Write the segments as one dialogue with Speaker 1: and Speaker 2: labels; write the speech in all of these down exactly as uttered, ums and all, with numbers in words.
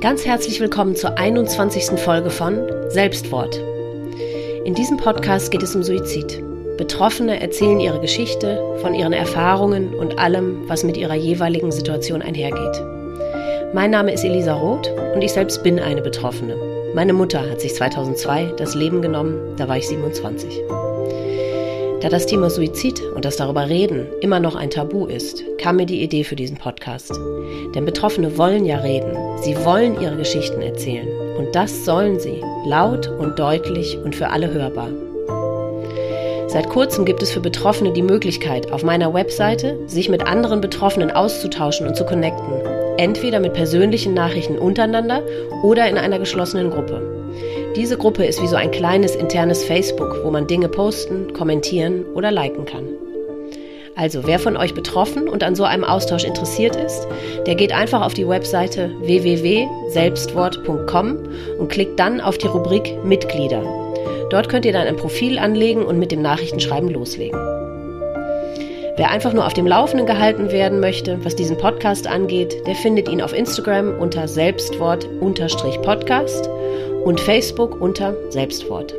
Speaker 1: Ganz herzlich willkommen zur einundzwanzigsten Folge von Selbstwort. In diesem Podcast geht es um Suizid. Betroffene erzählen ihre Geschichte von ihren Erfahrungen und allem, was mit ihrer jeweiligen Situation einhergeht. Mein Name ist Elisa Roth und ich selbst bin eine Betroffene. Meine Mutter hat sich zweitausendzwei das Leben genommen, da war ich siebenundzwanzig. Da das Thema Suizid und das darüber reden immer noch ein Tabu ist, kam mir die Idee für diesen Podcast. Denn Betroffene wollen ja reden, sie wollen ihre Geschichten erzählen. Und das sollen sie, laut und deutlich und für alle hörbar. Seit kurzem gibt es für Betroffene die Möglichkeit, auf meiner Webseite sich mit anderen Betroffenen auszutauschen und zu connecten. Entweder mit persönlichen Nachrichten untereinander oder in einer geschlossenen Gruppe. Diese Gruppe ist wie so ein kleines internes Facebook, wo man Dinge posten, kommentieren oder liken kann. Also, wer von euch betroffen und an so einem Austausch interessiert ist, der geht einfach auf die Webseite w w w punkt selbstwort punkt com und klickt dann auf die Rubrik Mitglieder. Dort könnt ihr dann ein Profil anlegen und mit dem Nachrichtenschreiben loslegen. Wer einfach nur auf dem Laufenden gehalten werden möchte, was diesen Podcast angeht, der findet ihn auf Instagram unter Selbstwort-Podcast und Facebook unter Selbstwort.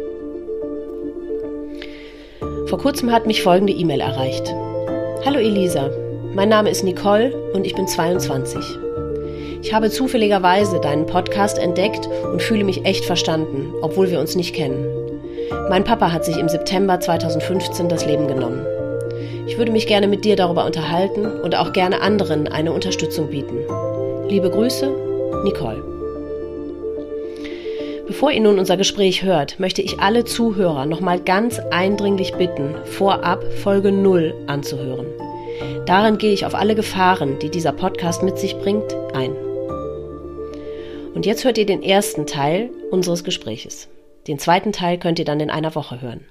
Speaker 1: Vor kurzem hat mich folgende E-Mail erreicht. Hallo Elisa, mein Name ist Nicole und ich bin zweiundzwanzig. Ich habe zufälligerweise deinen Podcast entdeckt und fühle mich echt verstanden, obwohl wir uns nicht kennen. Mein Papa hat sich im September zweitausendfünfzehn das Leben genommen. Ich würde mich gerne mit dir darüber unterhalten und auch gerne anderen eine Unterstützung bieten. Liebe Grüße, Nicole. Bevor ihr nun unser Gespräch hört, möchte ich alle Zuhörer nochmal ganz eindringlich bitten, vorab Folge null anzuhören. Darin gehe ich auf alle Gefahren, die dieser Podcast mit sich bringt, ein. Und jetzt hört ihr den ersten Teil unseres Gespräches. Den zweiten Teil könnt ihr dann in einer Woche hören.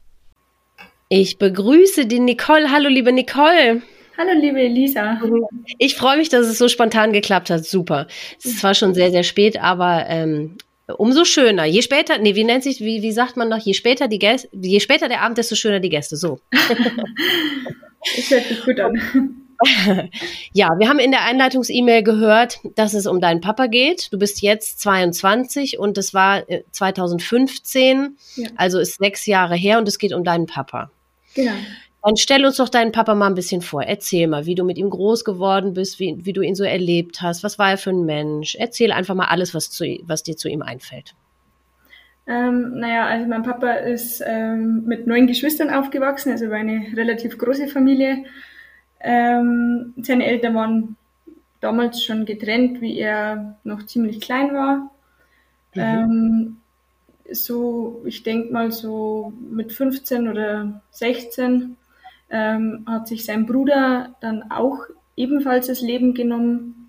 Speaker 1: Ich begrüße die Nicole. Hallo, liebe Nicole.
Speaker 2: Hallo, liebe Elisa.
Speaker 1: Ich freue mich, dass es so spontan geklappt hat. Super. Es ist zwar schon sehr, sehr spät, aber ähm, umso schöner. Je später, nee, wie nennt sich, wie, wie sagt man noch, je später die Gäste, je später der Abend, desto schöner die Gäste. So.
Speaker 2: Das hört sich gut an.
Speaker 1: Ja, wir haben in der Einleitungs-E-Mail gehört, dass es um deinen Papa geht. Du bist jetzt zweiundzwanzig und das war zweitausendfünfzehn, ja. Also ist sechs Jahre her und es geht um deinen Papa.
Speaker 2: Genau.
Speaker 1: Dann stell uns doch deinen Papa mal ein bisschen vor. Erzähl mal, wie du mit ihm groß geworden bist, wie, wie du ihn so erlebt hast. Was war er für ein Mensch? Erzähl einfach mal alles, was, zu, was dir zu ihm einfällt.
Speaker 2: Ähm, naja, also mein Papa ist ähm, mit neun Geschwistern aufgewachsen, also war eine relativ große Familie. Ähm, seine Eltern waren damals schon getrennt, wie er noch ziemlich klein war. Mhm. Ähm, so, ich denke mal so mit fünfzehn oder sechzehn ähm, hat sich sein Bruder dann auch ebenfalls das Leben genommen.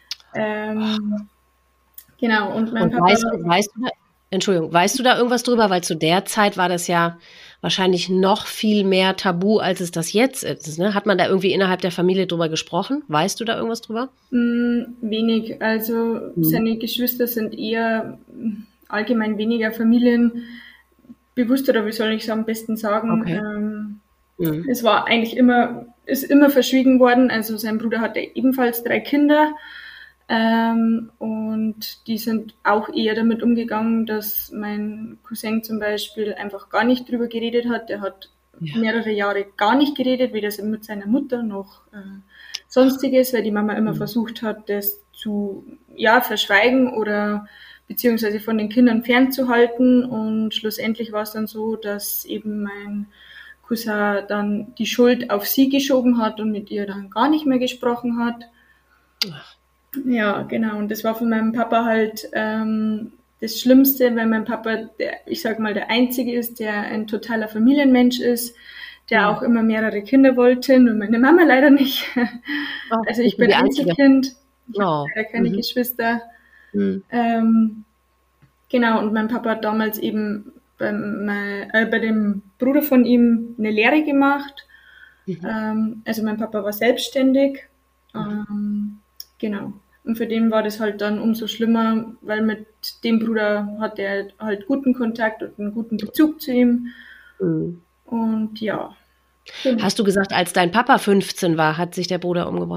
Speaker 2: Ähm, genau, und mein
Speaker 1: und
Speaker 2: Papa...
Speaker 1: Weißt, weißt du da, Entschuldigung, weißt du da irgendwas drüber? Weil zu der Zeit war das ja wahrscheinlich noch viel mehr Tabu, als es das jetzt ist. Ne? Hat man da irgendwie innerhalb der Familie drüber gesprochen? Weißt du da irgendwas drüber?
Speaker 2: Mm, wenig. Also mhm. Seine Geschwister sind eher allgemein weniger familienbewusst, oder wie soll ich es am besten sagen.
Speaker 1: Okay.
Speaker 2: Ähm,
Speaker 1: mhm.
Speaker 2: Es war eigentlich immer, ist immer verschwiegen worden. Also sein Bruder hatte ebenfalls drei Kinder. Ähm, und die sind auch eher damit umgegangen, dass mein Cousin zum Beispiel einfach gar nicht drüber geredet hat. Der hat ja. mehrere Jahre gar nicht geredet, weder mit seiner Mutter noch äh, sonstiges, weil die Mama immer mhm. versucht hat, das zu ja, verschweigen oder beziehungsweise von den Kindern fernzuhalten. Und schlussendlich war es dann so, dass eben mein Cousin dann die Schuld auf sie geschoben hat und mit ihr dann gar nicht mehr gesprochen hat. Ach. Ja, genau. Und das war von meinem Papa halt ähm, das Schlimmste, weil mein Papa, der, ich sag mal, der Einzige ist, der ein totaler Familienmensch ist, der ja. auch immer mehrere Kinder wollte, nur meine Mama leider nicht. Oh, also ich bin Einzelkind, ich oh. habe leider keine mhm. Geschwister. Mhm. Ähm, genau, und mein Papa hat damals eben beim, mein, äh, bei dem Bruder von ihm eine Lehre gemacht. Mhm. Ähm, also mein Papa war selbstständig. Mhm. Ähm, Genau. Und für den war das halt dann umso schlimmer, weil mit dem Bruder hat er halt guten Kontakt und einen guten Bezug zu ihm. Mhm. Und ja. Genau.
Speaker 1: Hast du gesagt, als dein Papa fünfzehn war, hat sich der Bruder umgebracht?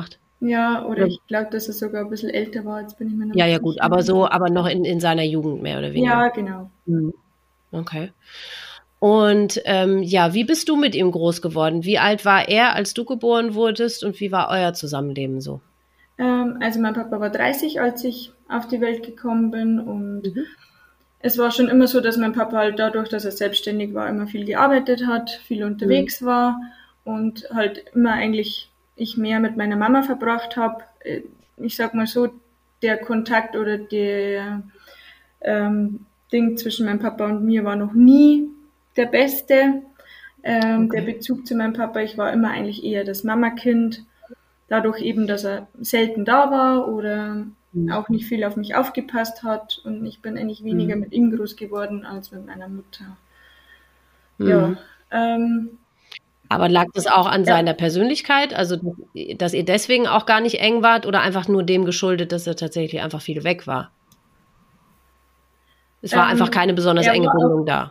Speaker 2: Ja, oder ich glaube, dass er sogar ein bisschen älter war, jetzt bin ich mir noch
Speaker 1: Ja,
Speaker 2: nicht
Speaker 1: ja, gut,
Speaker 2: sicher.
Speaker 1: aber so, aber noch in, in seiner Jugend mehr oder weniger.
Speaker 2: Ja, genau.
Speaker 1: Mhm. Okay. Und ähm, ja, wie bist du mit ihm groß geworden? Wie alt war er, als du geboren wurdest, und wie war euer Zusammenleben so?
Speaker 2: Ähm, also mein Papa war dreißig, als ich auf die Welt gekommen bin, und
Speaker 1: Mhm.
Speaker 2: es war schon immer so, dass mein Papa halt dadurch, dass er selbstständig war, immer viel gearbeitet hat, viel unterwegs
Speaker 1: Mhm.
Speaker 2: war und halt immer eigentlich ich mehr mit meiner Mama verbracht habe. Ich sag mal so, der Kontakt oder der ähm, Ding zwischen meinem Papa und mir war noch nie der beste. Ähm,
Speaker 1: Okay.
Speaker 2: Der Bezug zu meinem Papa, ich war immer eigentlich eher das Mamakind, dadurch eben, dass er selten da war oder
Speaker 1: Mhm.
Speaker 2: auch nicht viel auf mich aufgepasst hat, und ich bin eigentlich weniger
Speaker 1: Mhm.
Speaker 2: mit ihm groß geworden als mit meiner Mutter. Ja,
Speaker 1: Mhm.
Speaker 2: ähm,
Speaker 1: Aber lag das auch an
Speaker 2: ja,
Speaker 1: seiner Persönlichkeit, also dass, dass ihr deswegen auch gar nicht eng wart, oder einfach nur dem geschuldet, dass er tatsächlich einfach viel weg war? Es war einfach
Speaker 2: ähm,
Speaker 1: keine besonders
Speaker 2: er
Speaker 1: enge
Speaker 2: war auch,
Speaker 1: Bindung da.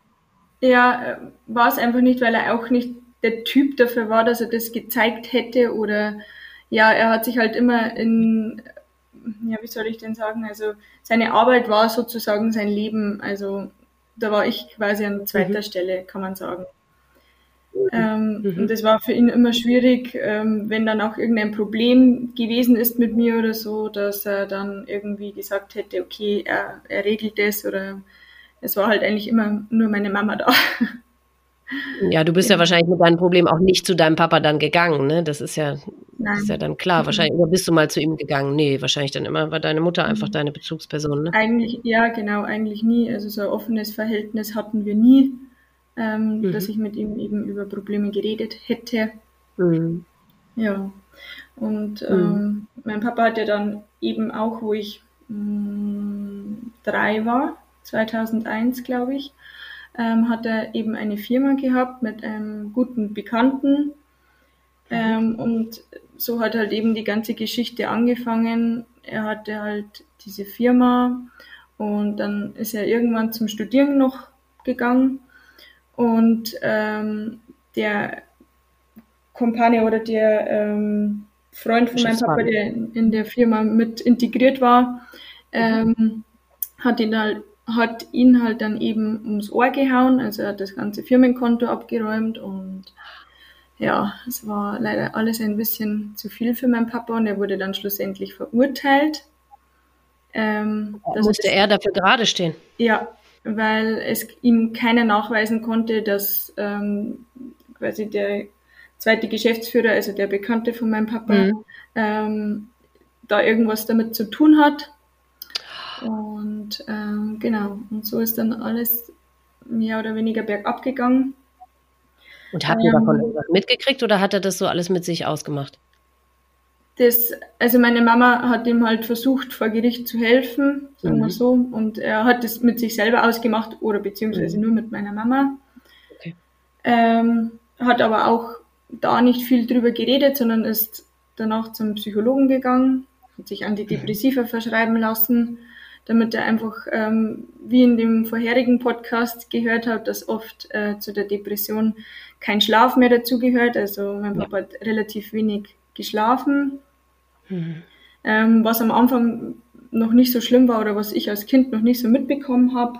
Speaker 2: ja, war es einfach nicht, weil er auch nicht der Typ dafür war, dass er das gezeigt hätte, oder ja, er hat sich halt immer in, ja, wie soll ich denn sagen, also seine Arbeit war sozusagen sein Leben, also da war ich quasi an zweiter
Speaker 1: Mhm.
Speaker 2: Stelle, kann man sagen.
Speaker 1: Mhm.
Speaker 2: Ähm, und
Speaker 1: Mhm.
Speaker 2: das war für ihn immer schwierig, ähm, wenn dann auch irgendein Problem gewesen ist mit mir oder so, dass er dann irgendwie gesagt hätte, okay, er, er regelt das, oder es war halt eigentlich immer nur meine Mama da.
Speaker 1: Ja, du bist ja
Speaker 2: Genau.
Speaker 1: wahrscheinlich mit deinem Problem auch nicht zu deinem Papa dann gegangen, ne? Das ist ja, das ist ja
Speaker 2: Nein.
Speaker 1: dann klar.
Speaker 2: Mhm.
Speaker 1: Wahrscheinlich, oder bist du mal zu ihm gegangen? Nee, wahrscheinlich dann immer, war deine Mutter einfach
Speaker 2: Mhm.
Speaker 1: deine Bezugsperson, ne?
Speaker 2: Eigentlich, ja, genau, eigentlich nie. Also so ein offenes Verhältnis hatten wir nie, ähm, dass
Speaker 1: Mhm.
Speaker 2: ich mit ihm eben über Probleme geredet hätte.
Speaker 1: Mhm.
Speaker 2: Ja. Und
Speaker 1: Mhm.
Speaker 2: ähm, mein Papa hat ja dann eben auch, wo ich mh, drei war, zweitausendeins glaube ich, ähm, hat er eben eine Firma gehabt mit einem guten Bekannten.
Speaker 1: Mhm.
Speaker 2: Ähm, und so hat halt eben die ganze Geschichte angefangen. Er hatte halt diese Firma, und dann ist er irgendwann zum Studieren noch gegangen, und ähm, der Kumpane oder der ähm, Freund von meinem Papa,
Speaker 1: Geschäftspartner.
Speaker 2: der in der Firma mit integriert war,
Speaker 1: Mhm.
Speaker 2: ähm, hat ihn halt hat ihn halt dann eben ums Ohr gehauen, also er hat das ganze Firmenkonto abgeräumt, und ja, es war leider alles ein bisschen zu viel für meinen Papa, und er wurde dann schlussendlich verurteilt, ähm, dass er
Speaker 1: Musste
Speaker 2: das,
Speaker 1: er dafür gerade stehen?
Speaker 2: ja, weil es ihm keiner nachweisen konnte, dass ähm, quasi der zweite Geschäftsführer, also der Bekannte von meinem Papa,
Speaker 1: Mhm.
Speaker 2: ähm, da irgendwas damit zu tun hat. Und ähm, genau, und so ist dann alles mehr oder weniger bergab gegangen.
Speaker 1: Und habt ihr davon
Speaker 2: Ähm,
Speaker 1: irgendwas mitgekriegt, oder hat er das so alles mit sich ausgemacht?
Speaker 2: das, also meine Mama hat ihm halt versucht, vor Gericht zu helfen, sagen wir
Speaker 1: Mhm.
Speaker 2: so, und er hat das mit sich selber ausgemacht, oder beziehungsweise
Speaker 1: Mhm.
Speaker 2: nur mit meiner Mama.
Speaker 1: Okay.
Speaker 2: Ähm, hat aber auch da nicht viel drüber geredet, sondern ist danach zum Psychologen gegangen, hat sich
Speaker 1: Mhm.
Speaker 2: Antidepressiva verschreiben lassen, damit er einfach, ähm, wie in dem vorherigen Podcast gehört hat, dass oft äh, zu der Depression kein Schlaf mehr dazugehört. Also mein
Speaker 1: Ja.
Speaker 2: Papa hat relativ wenig geschlafen,
Speaker 1: Mhm.
Speaker 2: ähm, was am Anfang noch nicht so schlimm war oder was ich als Kind noch nicht so mitbekommen habe.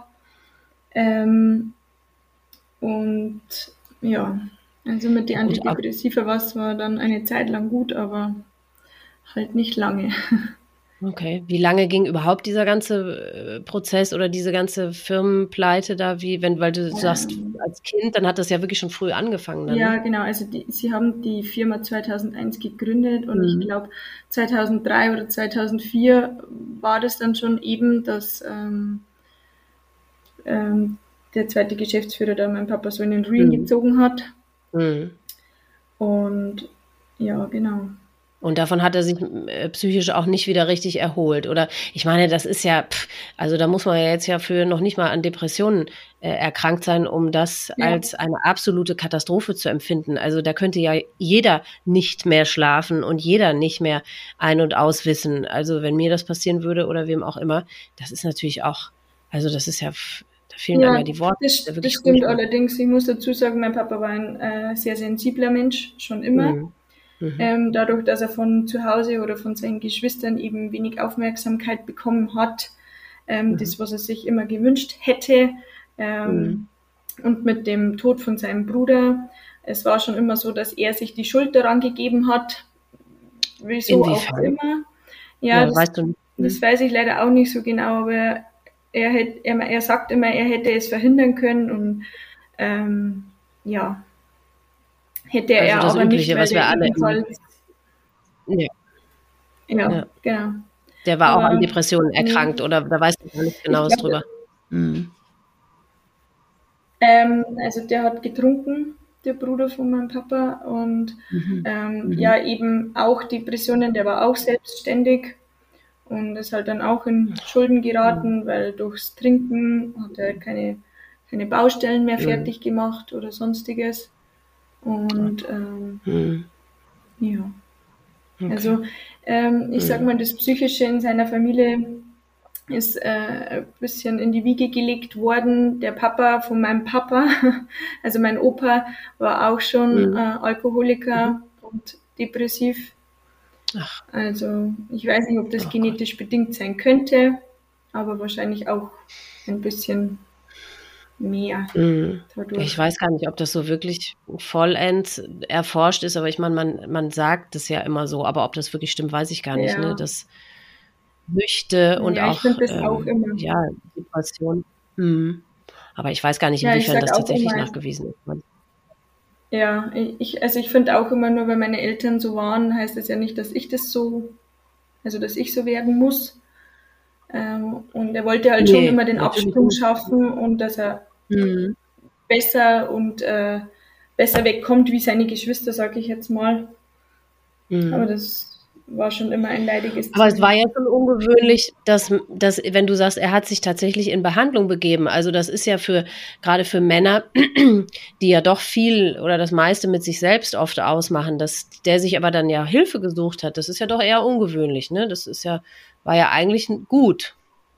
Speaker 2: Ähm, und ja, also mit den
Speaker 1: Gut, aber
Speaker 2: Antidepressiva war es zwar dann eine Zeit lang gut, aber halt nicht lange.
Speaker 1: okay. Wie lange ging überhaupt dieser ganze äh, Prozess oder diese ganze Firmenpleite da? Wie, wenn, weil du sagst,
Speaker 2: Ähm,
Speaker 1: als Kind, dann hat das ja wirklich schon früh angefangen dann,
Speaker 2: ja,
Speaker 1: ne?
Speaker 2: genau. Also die, sie haben die Firma zweitausendeins gegründet, und ich
Speaker 1: Mhm.
Speaker 2: glaube zweitausenddrei oder zweitausendvier war das dann schon eben, dass ähm, ähm, der zweite Geschäftsführer da meinen Papa so in den Ruin
Speaker 1: Mhm.
Speaker 2: gezogen hat.
Speaker 1: Mhm.
Speaker 2: Und ja, genau.
Speaker 1: Und davon hat er sich äh, psychisch auch nicht wieder richtig erholt. Oder ich meine, das ist ja, pff, also da muss man ja jetzt ja für noch nicht mal an Depressionen äh, erkrankt sein, um das
Speaker 2: Ja,
Speaker 1: als eine absolute Katastrophe zu empfinden. Also da könnte ja jeder nicht mehr schlafen und jeder nicht mehr ein- und auswissen. Also wenn mir das passieren würde oder wem auch immer, das ist natürlich auch, also das ist ja, pff, da fehlen einem
Speaker 2: ja,
Speaker 1: ja die Worte. Das ist ja
Speaker 2: das, das
Speaker 1: wirklich
Speaker 2: stimmt
Speaker 1: furchtbar.
Speaker 2: allerdings. Ich muss dazu sagen, mein Papa war ein äh, sehr sensibler Mensch, schon immer.
Speaker 1: Mhm.
Speaker 2: Mhm. Ähm, dadurch, dass er von zu Hause oder von seinen Geschwistern eben wenig Aufmerksamkeit bekommen hat, ähm, mhm. das, was er sich immer gewünscht hätte. Ähm, mhm. Und mit dem Tod von seinem Bruder, es war schon immer so, dass er sich die Schuld daran gegeben hat, wieso Inwiefern? Auch immer. Ja, ja das, weißt du. das weiß ich leider auch nicht so genau, aber er, hätte, er, er sagt immer, er hätte es verhindern können und ähm, ja, hätte also er das aber Übliche, nicht, weil was wir alle ebenfalls, ja. Ja, ja, genau.
Speaker 1: Der war aber auch an Depressionen erkrankt, nee, oder da weißt du gar nicht genau was drüber?
Speaker 2: Mhm. Ähm, also der hat getrunken, der Bruder von meinem Papa, und mhm. Ähm, mhm. ja, eben auch Depressionen, der war auch selbstständig und ist halt dann auch in Schulden geraten, mhm. weil durchs Trinken hat er keine, keine Baustellen mehr mhm. fertig gemacht oder sonstiges. Und ähm, mhm. ja, okay. also ähm, ich mhm. sag mal, das Psychische in seiner Familie ist äh, ein bisschen in die Wiege gelegt worden. Der Papa von meinem Papa, also mein Opa, war auch schon mhm. äh, Alkoholiker mhm. und depressiv. Ach. Also ich weiß nicht, ob das Ach genetisch Gott. bedingt sein könnte, aber wahrscheinlich auch ein bisschen mehr.
Speaker 1: Mhm. Ich weiß gar nicht, ob das so wirklich vollends erforscht ist, aber ich meine, man, man sagt es ja immer so, aber ob das wirklich stimmt, weiß ich gar nicht. Ja. Ne? Das Süchte und
Speaker 2: ja,
Speaker 1: auch,
Speaker 2: ich das
Speaker 1: ähm,
Speaker 2: auch immer.
Speaker 1: ja, Depression. Mhm. Aber ich weiß gar nicht, inwiefern ja, das tatsächlich immer, nachgewiesen ist.
Speaker 2: Ja, ich, also ich finde auch immer, nur weil meine Eltern so waren, heißt das ja nicht, dass ich das so, also dass ich so werden muss. Ähm, und er wollte halt nee, schon immer den Absprung nicht. schaffen und dass er mhm. besser und äh, besser wegkommt wie seine Geschwister, sage ich jetzt mal. Mhm. Aber das war schon immer ein leidiges Ziel.
Speaker 1: Aber es war ja schon ungewöhnlich, dass, dass, wenn du sagst, er hat sich tatsächlich in Behandlung begeben. Also das ist ja für, gerade für Männer, die ja doch viel oder das meiste mit sich selbst oft ausmachen, dass der sich aber dann ja Hilfe gesucht hat. Das ist ja doch eher ungewöhnlich, ne? Das ist ja, war ja eigentlich gut.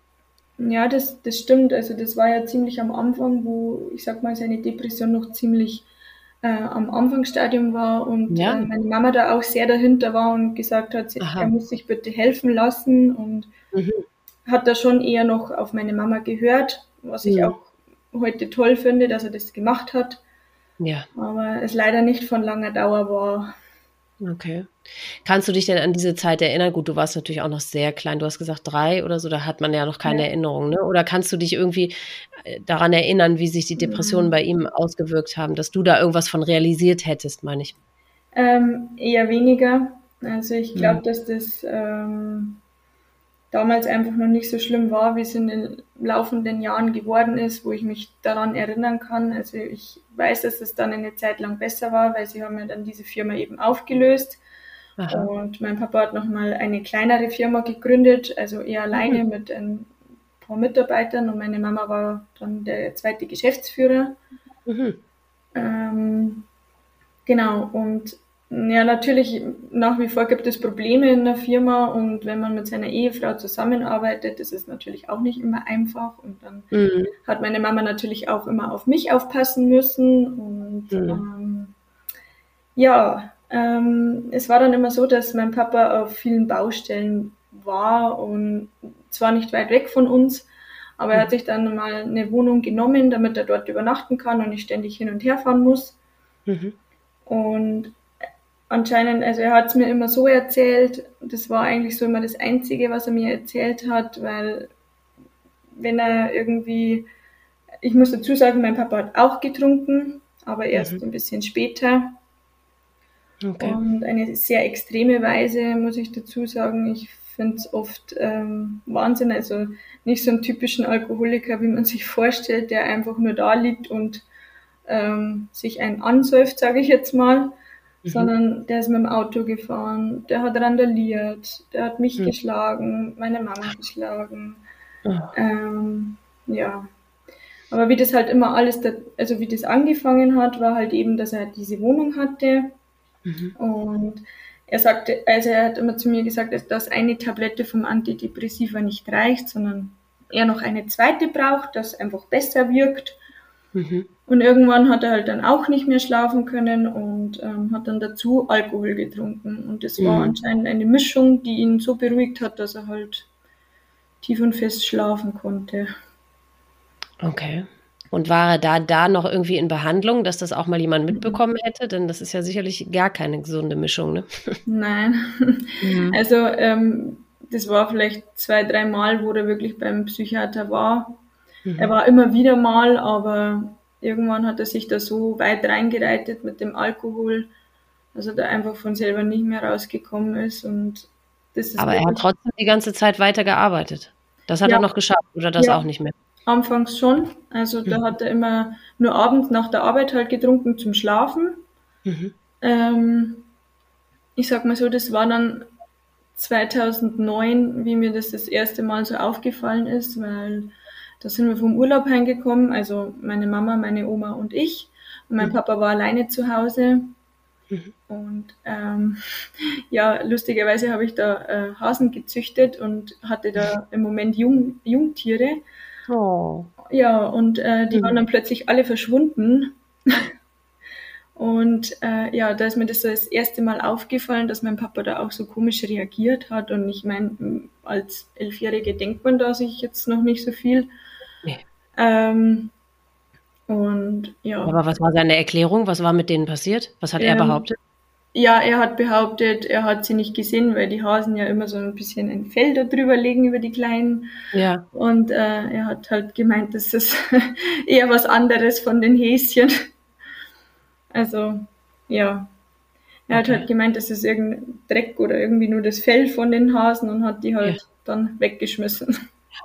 Speaker 2: Ja, das, das stimmt. Also das war ja ziemlich am Anfang, wo, ich sag mal, seine Depression noch ziemlich äh, am Anfangsstadium war und ja. äh, meine Mama da auch sehr dahinter war und gesagt hat, Aha. er muss sich bitte helfen lassen, und mhm. hat da schon eher noch auf meine Mama gehört, was ich mhm. auch heute toll finde, dass er das gemacht hat. Ja. Aber es leider nicht von langer Dauer war.
Speaker 1: Okay. Kannst du dich denn an diese Zeit erinnern? Gut, du warst natürlich auch noch sehr klein. Du hast gesagt drei oder so, da hat man ja noch keine ja. Erinnerung, ne? Oder kannst du dich irgendwie daran erinnern, wie sich die Depressionen mhm. bei ihm ausgewirkt haben, dass du da irgendwas von realisiert hättest, meine ich?
Speaker 2: Ähm, eher weniger. Also ich glaube, mhm. dass das ähm, damals einfach noch nicht so schlimm war, wie es in den laufenden Jahren geworden ist, wo ich mich daran erinnern kann. Also ich weiß, dass es dann eine Zeit lang besser war, weil sie haben ja dann diese Firma eben aufgelöst. Aha. Und mein Papa hat nochmal eine kleinere Firma gegründet, also eher alleine mhm. mit ein paar Mitarbeitern, und meine Mama war dann der zweite Geschäftsführer. Mhm. Ähm, genau, und ja, natürlich, nach wie vor gibt es Probleme in der Firma, und wenn man mit seiner Ehefrau zusammenarbeitet, das ist natürlich auch nicht immer einfach, und dann mhm. hat meine Mama natürlich auch immer auf mich aufpassen müssen, und mhm. ähm, ja, ähm, es war dann immer so, dass mein Papa auf vielen Baustellen war, und zwar nicht weit weg von uns, aber mhm. er hat sich dann mal eine Wohnung genommen, damit er dort übernachten kann und nicht ständig hin und her fahren muss. Mhm. Und anscheinend, also er hat es mir immer so erzählt, das war eigentlich so immer das Einzige, was er mir erzählt hat, weil wenn er irgendwie, ich muss dazu sagen, mein Papa hat auch getrunken, aber erst mhm. ein bisschen später. Okay. Und eine sehr extreme Weise, muss ich dazu sagen. Ich finde es oft ähm, Wahnsinn, also nicht so einen typischen Alkoholiker, wie man sich vorstellt, der einfach nur da liegt und ähm, sich einen ansäuft, sage ich jetzt mal. Mhm. Sondern der ist mit dem Auto gefahren, der hat randaliert, der hat mich mhm. geschlagen, meine Mama geschlagen. Oh. Ähm, ja. Aber wie das halt immer alles, da, also wie das angefangen hat, war halt eben, dass er diese Wohnung hatte. Mhm. Und er sagte, also er hat immer zu mir gesagt, dass eine Tablette vom Antidepressiva nicht reicht, sondern er noch eine zweite braucht, das einfach besser wirkt. Mhm. Und irgendwann hat er halt dann auch nicht mehr schlafen können und ähm, hat dann dazu Alkohol getrunken. Und das war mhm. anscheinend eine Mischung, die ihn so beruhigt hat, dass er halt tief und fest schlafen konnte.
Speaker 1: Okay. Und war er da, da noch irgendwie in Behandlung, dass das auch mal jemand mitbekommen hätte? Denn das ist ja sicherlich gar keine gesunde Mischung, ne?
Speaker 2: Nein. Mhm. Also ähm, das war vielleicht zwei, drei Mal, wo er wirklich beim Psychiater war. Mhm. Er war immer wieder mal, aber irgendwann hat er sich da so weit reingereitet mit dem Alkohol, dass er da einfach von selber nicht mehr rausgekommen ist. Und das ist
Speaker 1: aber er hat trotzdem die ganze Zeit weiter gearbeitet. Das hat ja. er noch geschafft oder das ja. auch nicht mehr?
Speaker 2: Anfangs schon. Also da mhm. hat er immer nur abends nach der Arbeit halt getrunken zum Schlafen. Mhm. Ähm, ich sag mal so, das war dann zweitausendneun, wie mir das das erste Mal so aufgefallen ist, weil da sind wir vom Urlaub heimgekommen, also meine Mama, meine Oma und ich. Und mein mhm. Papa war alleine zu Hause. Mhm. Und ähm, ja, lustigerweise habe ich da äh, Hasen gezüchtet und hatte da im Moment Jung, Jungtiere. Oh. Ja, und äh, die mhm. waren dann plötzlich alle verschwunden. Und äh, ja, da ist mir das so das erste Mal aufgefallen, dass mein Papa da auch so komisch reagiert hat. Und ich meine, als Elfjährige denkt man da sich jetzt noch nicht so viel. Nee. Ähm, und ja.
Speaker 1: Aber was war seine Erklärung? Was war mit denen passiert? Was hat ähm, er behauptet?
Speaker 2: Ja, er hat behauptet, er hat sie nicht gesehen, weil die Hasen ja immer so ein bisschen ein Fell da drüber legen über die Kleinen. Ja. Und äh, er hat halt gemeint, das ist eher was anderes von den Häschen. Also, ja. Er okay. hat halt gemeint, das ist irgendein Dreck oder irgendwie nur das Fell von den Hasen und hat die halt ja. dann weggeschmissen.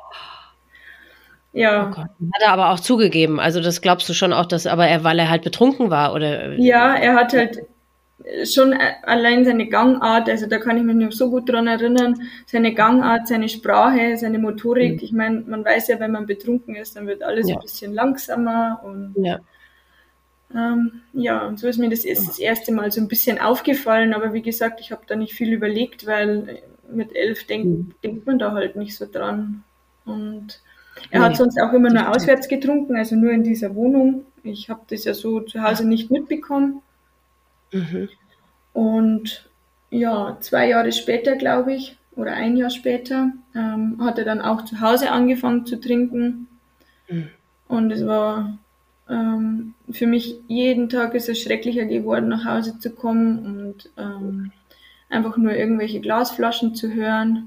Speaker 2: Ja.
Speaker 1: Oh Gott. Hat er aber auch zugegeben. Also das glaubst du schon auch, dass, aber er, weil er halt betrunken war, oder?
Speaker 2: Ja, er hat halt schon allein seine Gangart, also da kann ich mich noch so gut dran erinnern, seine Gangart, seine Sprache, seine Motorik. Mhm. Ich meine, man weiß ja, wenn man betrunken ist, dann wird alles ja. ein bisschen langsamer und ja. Ähm, ja, und so ist mir das erst das erste Mal so ein bisschen aufgefallen, aber wie gesagt, ich habe da nicht viel überlegt, weil mit elf denk, mhm. denkt man da halt nicht so dran. Und er nee, hat sonst auch immer nur auswärts getrunken, also nur in dieser Wohnung. Ich habe das ja so zu Hause nicht mitbekommen. Mhm. Und ja, zwei Jahre später, glaube ich, oder ein Jahr später, ähm, hat er dann auch zu Hause angefangen zu trinken. Mhm. Und es war ähm, für mich jeden Tag ist es schrecklicher geworden, nach Hause zu kommen und ähm, einfach nur irgendwelche Glasflaschen zu hören.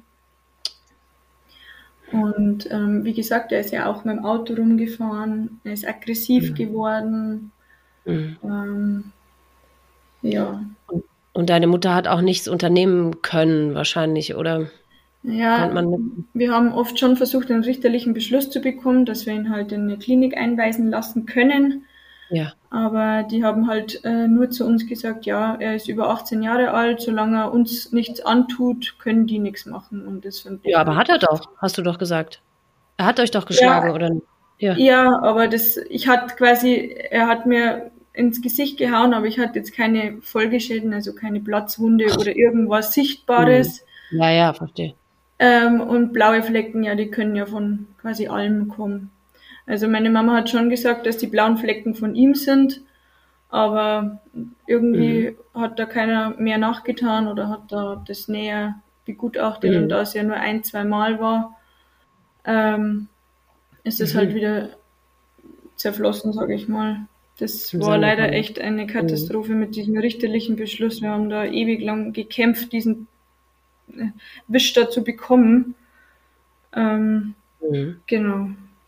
Speaker 2: Und ähm, wie gesagt, er ist ja auch mit dem Auto rumgefahren, er ist aggressiv mhm. geworden. Mhm. Ähm, ja.
Speaker 1: Und, und deine Mutter hat auch nichts unternehmen können wahrscheinlich, oder?
Speaker 2: Ja, man wir haben oft schon versucht, einen richterlichen Beschluss zu bekommen, dass wir ihn halt in eine Klinik einweisen lassen können. Ja. Aber die haben halt äh, nur zu uns gesagt, ja, er ist über achtzehn Jahre alt, solange er uns nichts antut, können die nichts machen. Und das finde ich.
Speaker 1: Ja, aber hat er doch, hast du doch gesagt. Er hat euch doch geschlagen,
Speaker 2: ja,
Speaker 1: oder?
Speaker 2: Ja. ja, aber das, ich hatte quasi, er hat mir ins Gesicht gehauen, aber ich hatte jetzt keine Folgeschäden, also keine Platzwunde oder irgendwas Sichtbares.
Speaker 1: Ja, ja, verstehe.
Speaker 2: Ähm, und blaue Flecken, ja, die können ja von quasi allem kommen. Also meine Mama hat schon gesagt, dass die blauen Flecken von ihm sind, aber irgendwie mhm. hat da keiner mehr nachgetan oder hat da das näher begutachtet mhm. und da es ja nur ein, zwei Mal war, ähm, ist es mhm. halt wieder zerflossen, sage ich mal. Das war leider echt eine Katastrophe mhm. mit diesem richterlichen Beschluss. Wir haben da ewig lang gekämpft, diesen Wisch da zu bekommen. Ähm, mhm. Genau.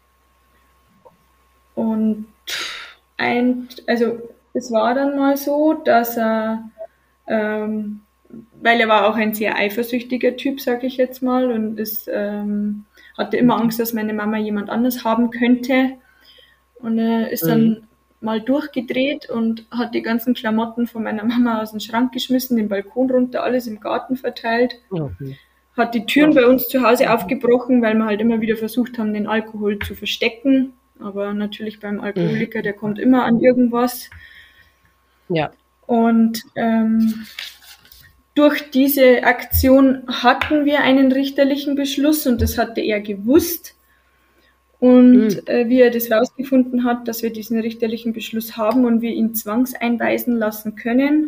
Speaker 2: Und ein, also es war dann mal so, dass er, ähm, weil er war auch ein sehr eifersüchtiger Typ, sage ich jetzt mal, und es ähm, hatte immer Angst, dass meine Mama jemand anders haben könnte. Und er ist dann mhm. mal durchgedreht und hat die ganzen Klamotten von meiner Mama aus dem Schrank geschmissen, den Balkon runter, alles im Garten verteilt. Okay. Hat die Türen bei uns zu Hause aufgebrochen, weil wir halt immer wieder versucht haben, den Alkohol zu verstecken. Aber natürlich beim Alkoholiker, der kommt immer an irgendwas. Ja. Und ähm, durch diese Aktion hatten wir einen richterlichen Beschluss und das hatte er gewusst. Und
Speaker 1: Mhm.
Speaker 2: äh, wie er das rausgefunden hat, dass wir diesen richterlichen Beschluss haben und wir ihn zwangseinweisen lassen können,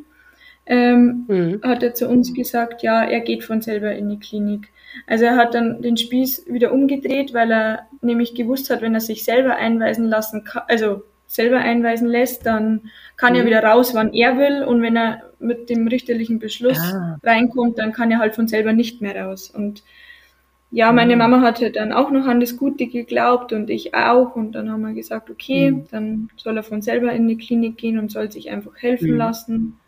Speaker 2: ähm,
Speaker 1: Mhm.
Speaker 2: hat er zu uns gesagt, ja, er geht von selber in die Klinik. Also er hat dann den Spieß wieder umgedreht, weil er nämlich gewusst hat, wenn er sich selber einweisen lassen kann, also selber einweisen lässt, dann kann er
Speaker 1: Mhm.
Speaker 2: wieder raus, wann er will, und wenn er mit dem richterlichen Beschluss
Speaker 1: Ah.
Speaker 2: reinkommt, dann kann er halt von selber nicht mehr raus. Und ja, meine
Speaker 1: Mhm.
Speaker 2: Mama hatte dann auch noch an das Gute geglaubt und ich auch, und dann haben wir gesagt, okay,
Speaker 1: Mhm.
Speaker 2: dann soll er von selber in die Klinik gehen und soll sich einfach helfen
Speaker 1: Mhm.
Speaker 2: lassen.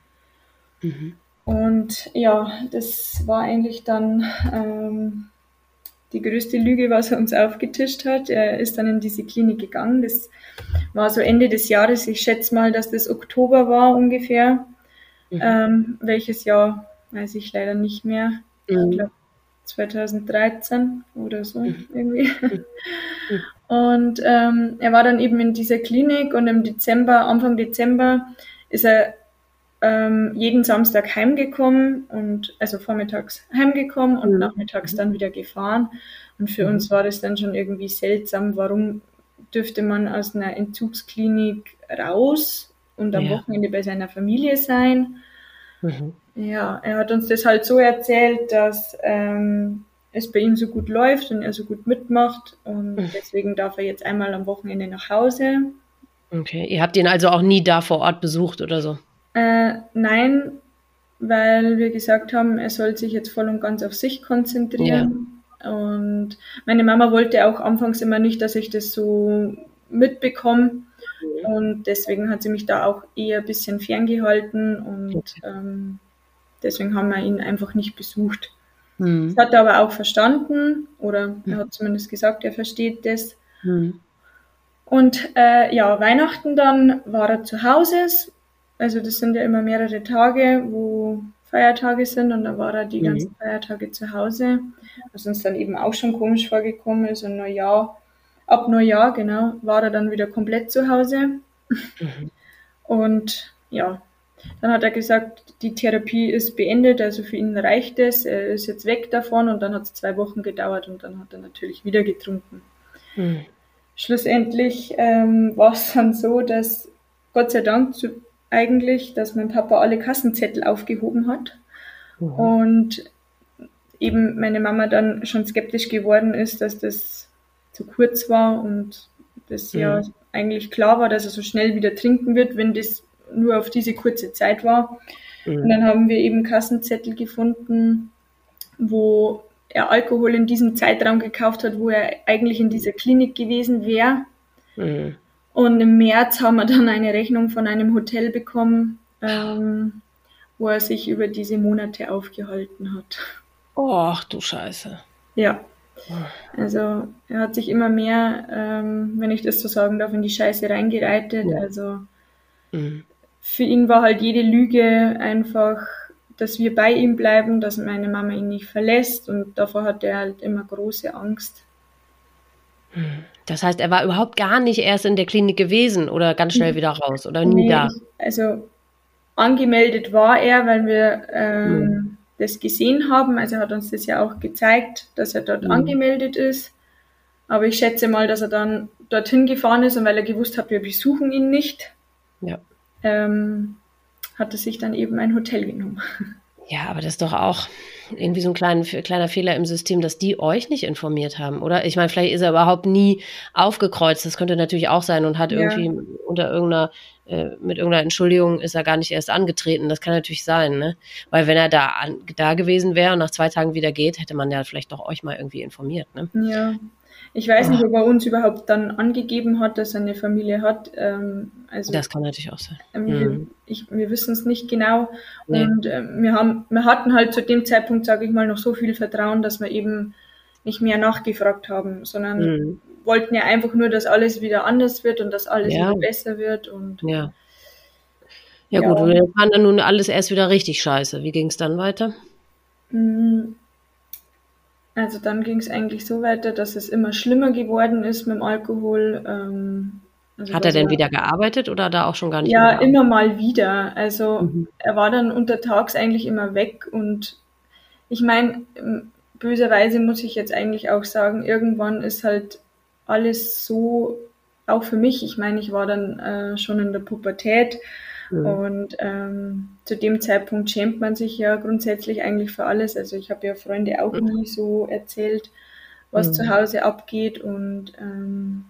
Speaker 1: Mhm.
Speaker 2: Und ja, das war eigentlich dann ähm, die größte Lüge, was er uns aufgetischt hat. Er ist dann in diese Klinik gegangen. Das war so Ende des Jahres. Ich schätze mal, dass das Oktober war ungefähr.
Speaker 1: Mhm.
Speaker 2: Ähm, welches Jahr, weiß ich leider nicht mehr. Ich
Speaker 1: Mhm.
Speaker 2: glaube zweitausenddreizehn oder so
Speaker 1: Mhm.
Speaker 2: irgendwie.
Speaker 1: Mhm.
Speaker 2: Und ähm, er war dann eben in dieser Klinik, und im Dezember, Anfang Dezember, ist er ähm, jeden Samstag heimgekommen, und also vormittags heimgekommen und
Speaker 1: Mhm.
Speaker 2: nachmittags dann wieder gefahren. Und für
Speaker 1: Mhm.
Speaker 2: uns war das dann schon irgendwie seltsam. Warum dürfte man aus einer Entzugsklinik raus und am
Speaker 1: Ja.
Speaker 2: Wochenende bei seiner Familie sein?
Speaker 1: Mhm.
Speaker 2: Ja, er hat uns das halt so erzählt, dass ähm, es bei ihm so gut läuft und er so gut mitmacht, und
Speaker 1: Mhm.
Speaker 2: deswegen darf er jetzt einmal am Wochenende nach Hause.
Speaker 1: Okay, ihr habt ihn also auch nie da vor Ort besucht oder so?
Speaker 2: Äh, nein, weil wir gesagt haben, er soll sich jetzt voll und ganz auf sich konzentrieren. Ja. Und meine Mama wollte auch anfangs immer nicht, dass ich das so mitbekomme. Und deswegen hat sie mich da auch eher ein bisschen ferngehalten, und ähm, deswegen haben wir ihn einfach nicht besucht.
Speaker 1: Mhm.
Speaker 2: Das hat er aber auch verstanden, oder er hat zumindest gesagt, er versteht das.
Speaker 1: Mhm.
Speaker 2: Und äh, ja, Weihnachten dann war er zu Hause. Also das sind ja immer mehrere Tage, wo Feiertage sind, und dann war er die ganzen
Speaker 1: Mhm.
Speaker 2: Feiertage zu Hause, was uns dann eben auch schon komisch vorgekommen ist. Und Neujahr, ab Neujahr, genau, war er dann wieder komplett zu Hause.
Speaker 1: Mhm.
Speaker 2: Und ja, dann hat er gesagt, die Therapie ist beendet, also für ihn reicht es, er ist jetzt weg davon, und dann hat es zwei Wochen gedauert, und dann hat er natürlich wieder getrunken.
Speaker 1: Mhm.
Speaker 2: Schlussendlich ähm, war es dann so, dass Gott sei Dank zu, eigentlich, dass mein Papa alle Kassenzettel aufgehoben hat,
Speaker 1: Mhm.
Speaker 2: und eben meine Mama dann schon skeptisch geworden ist, dass das zu kurz war und das
Speaker 1: Mhm.
Speaker 2: ja eigentlich klar war, dass er so schnell wieder trinken wird, wenn das nur auf diese kurze Zeit war.
Speaker 1: Mhm.
Speaker 2: Und dann haben wir eben Kassenzettel gefunden, wo er Alkohol in diesem Zeitraum gekauft hat, wo er eigentlich in dieser Klinik gewesen wäre.
Speaker 1: Mhm.
Speaker 2: Und im März haben wir dann eine Rechnung von einem Hotel bekommen, ähm, wo er sich über diese Monate aufgehalten hat.
Speaker 1: Och, du Scheiße.
Speaker 2: Ja, also er hat sich immer mehr, ähm, wenn ich das so sagen darf, in die Scheiße reingereitet.
Speaker 1: Ja.
Speaker 2: Also
Speaker 1: Mhm.
Speaker 2: für ihn war halt jede Lüge einfach, dass wir bei ihm bleiben, dass meine Mama ihn nicht verlässt, und davor hatte er halt immer große Angst.
Speaker 1: Das heißt, er war überhaupt gar nicht erst in der Klinik gewesen oder ganz schnell wieder raus oder nie
Speaker 2: Nee,
Speaker 1: da?
Speaker 2: ich, also angemeldet war er, weil wir ähm,
Speaker 1: Mhm.
Speaker 2: das gesehen haben. Also er hat uns das ja auch gezeigt, dass er dort
Speaker 1: Mhm.
Speaker 2: angemeldet ist. Aber ich schätze mal, dass er dann dorthin gefahren ist, und weil er gewusst hat, wir besuchen ihn nicht,
Speaker 1: Ja.
Speaker 2: ähm, hat er sich dann eben ein Hotel genommen.
Speaker 1: Ja, aber das ist doch auch irgendwie so ein klein, kleiner Fehler im System, dass die euch nicht informiert haben, oder? Ich meine, vielleicht ist er überhaupt nie aufgekreuzt. Das könnte natürlich auch sein und hat
Speaker 2: Ja.
Speaker 1: irgendwie unter irgendeiner, äh, mit irgendeiner Entschuldigung ist er gar nicht erst angetreten. Das kann natürlich sein, ne? Weil wenn er da, an, da gewesen wäre und nach zwei Tagen wieder geht, hätte man ja vielleicht doch euch mal irgendwie informiert, ne?
Speaker 2: Ja. Ich weiß nicht,
Speaker 1: Oh,
Speaker 2: ob er uns überhaupt dann angegeben hat, dass er eine Familie hat. Ähm, also
Speaker 1: das kann natürlich auch sein.
Speaker 2: ähm, wir,
Speaker 1: Mhm.
Speaker 2: ich, wir wissen es nicht genau.
Speaker 1: Nee.
Speaker 2: Und ähm, wir haben, wir hatten halt zu dem Zeitpunkt, sage ich mal, noch so viel Vertrauen, dass wir eben nicht mehr nachgefragt haben, sondern
Speaker 1: Mhm.
Speaker 2: wollten ja einfach nur, dass alles wieder anders wird und dass alles
Speaker 1: Ja.
Speaker 2: wieder besser wird. Und
Speaker 1: Ja. Ja,
Speaker 2: ja.
Speaker 1: gut, und jetzt war dann nun alles erst wieder richtig scheiße. Wie ging es dann weiter?
Speaker 2: Mm, Also dann ging es eigentlich so weiter, dass es immer schlimmer geworden ist mit dem Alkohol. Ähm, also
Speaker 1: Hat er
Speaker 2: dass
Speaker 1: denn wieder gearbeitet oder da auch schon gar nicht mehr
Speaker 2: Ja,
Speaker 1: gearbeitet?
Speaker 2: immer mal wieder. Also
Speaker 1: Mhm.
Speaker 2: er war dann untertags eigentlich immer weg, und ich meine, böserweise muss ich jetzt eigentlich auch sagen, irgendwann ist halt alles so, auch für mich, ich meine, ich war dann äh, schon in der Pubertät mhm. und ähm, zu dem Zeitpunkt schämt man sich ja grundsätzlich eigentlich für alles. Also ich habe ja Freunde auch mhm. nie so erzählt, was mhm. zu Hause abgeht und ähm,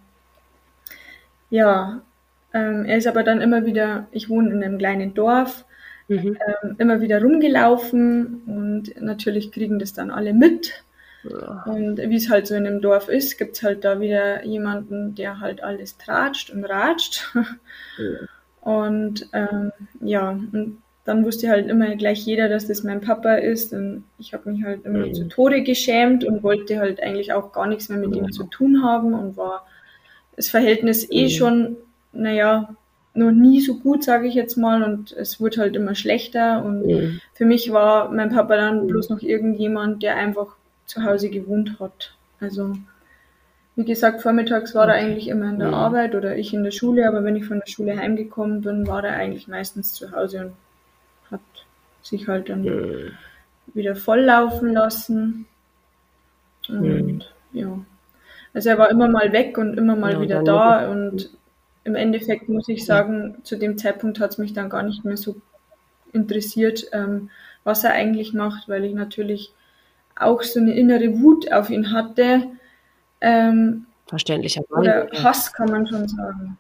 Speaker 2: ja, ähm, er ist aber dann immer wieder, ich wohne in einem kleinen Dorf, mhm. ähm, immer wieder rumgelaufen und natürlich kriegen das dann alle mit. Ja. Und wie es halt so in einem Dorf ist, gibt es halt da wieder jemanden, der halt alles tratscht und ratscht. Ja. Und ähm, ja, und dann wusste halt immer gleich jeder, dass das mein Papa ist. Und ich habe mich halt immer mhm. zu Tode geschämt und wollte halt eigentlich auch gar nichts mehr mit ja. ihm zu tun haben und war das Verhältnis eh mhm. schon, naja, noch nie so gut, sage ich jetzt mal, und es wurde halt immer schlechter und mhm. für mich war mein Papa dann bloß noch irgendjemand, der einfach zu Hause gewohnt hat. Also, wie gesagt, vormittags war okay. er eigentlich immer in der mhm. Arbeit oder ich in der Schule, aber wenn ich von der Schule heimgekommen bin, war er eigentlich meistens zu Hause und hat sich halt dann mhm. wieder volllaufen lassen und mhm. ja. Also er war immer mal weg und immer mal ja, wieder da und im Endeffekt muss ich sagen, ja. zu dem Zeitpunkt hat es mich dann gar nicht mehr so interessiert, ähm, was er eigentlich macht, weil ich natürlich auch so eine innere Wut auf ihn hatte. Ähm,
Speaker 1: Verständlicherweise.
Speaker 2: Oder Hass, kann man schon sagen.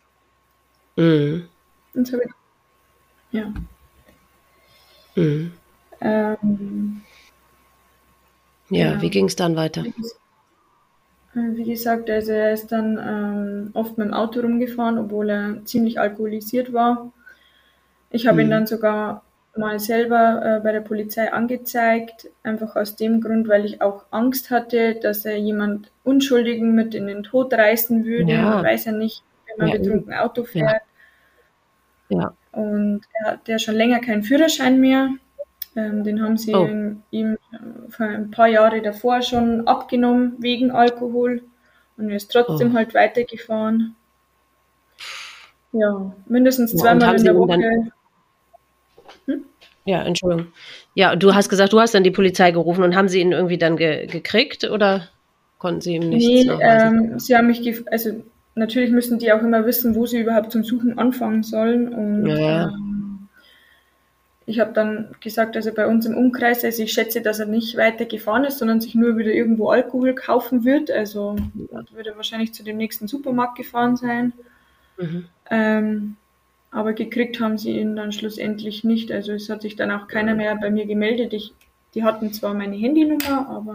Speaker 1: Mhm.
Speaker 2: Und so, ja.
Speaker 1: Mhm.
Speaker 2: Ähm,
Speaker 1: ja,
Speaker 2: ja,
Speaker 1: wie ging es dann weiter?
Speaker 2: Wie gesagt, also er ist dann ähm, oft mit dem Auto rumgefahren, obwohl er ziemlich alkoholisiert war. Ich habe mhm. ihn dann sogar mal selber äh, bei der Polizei angezeigt, einfach aus dem Grund, weil ich auch Angst hatte, dass er jemand Unschuldigen mit in den Tod reißen würde.
Speaker 1: Ja.
Speaker 2: Man weiß ja nicht, wenn man
Speaker 1: ja,
Speaker 2: betrunken Auto fährt.
Speaker 1: Ja. ja.
Speaker 2: Und er hat ja schon länger keinen Führerschein mehr. Ähm, den haben sie oh. ihm vor ein paar Jahre davor schon abgenommen wegen Alkohol und er ist trotzdem oh. halt weitergefahren. Ja, mindestens zweimal ja, in der Woche.
Speaker 1: Dann... Hm? Ja, Entschuldigung. Ja, du hast gesagt, du hast dann die Polizei gerufen und haben sie ihn irgendwie dann ge- gekriegt oder konnten sie ihm nichts
Speaker 2: nee,
Speaker 1: nachweisen?
Speaker 2: Ähm, sie haben mich, gef- also natürlich müssen die auch immer wissen, wo sie überhaupt zum Suchen anfangen sollen und
Speaker 1: ja.
Speaker 2: ähm, ich habe dann gesagt, also bei uns im Umkreis, also ich schätze, dass er nicht weiter gefahren ist, sondern sich nur wieder irgendwo Alkohol kaufen wird. Also ja. würde wahrscheinlich zu dem nächsten Supermarkt gefahren sein. Mhm. Ähm, aber gekriegt haben sie ihn dann schlussendlich nicht. Also es hat sich dann auch keiner mehr bei mir gemeldet. Ich, die hatten zwar meine Handynummer, aber...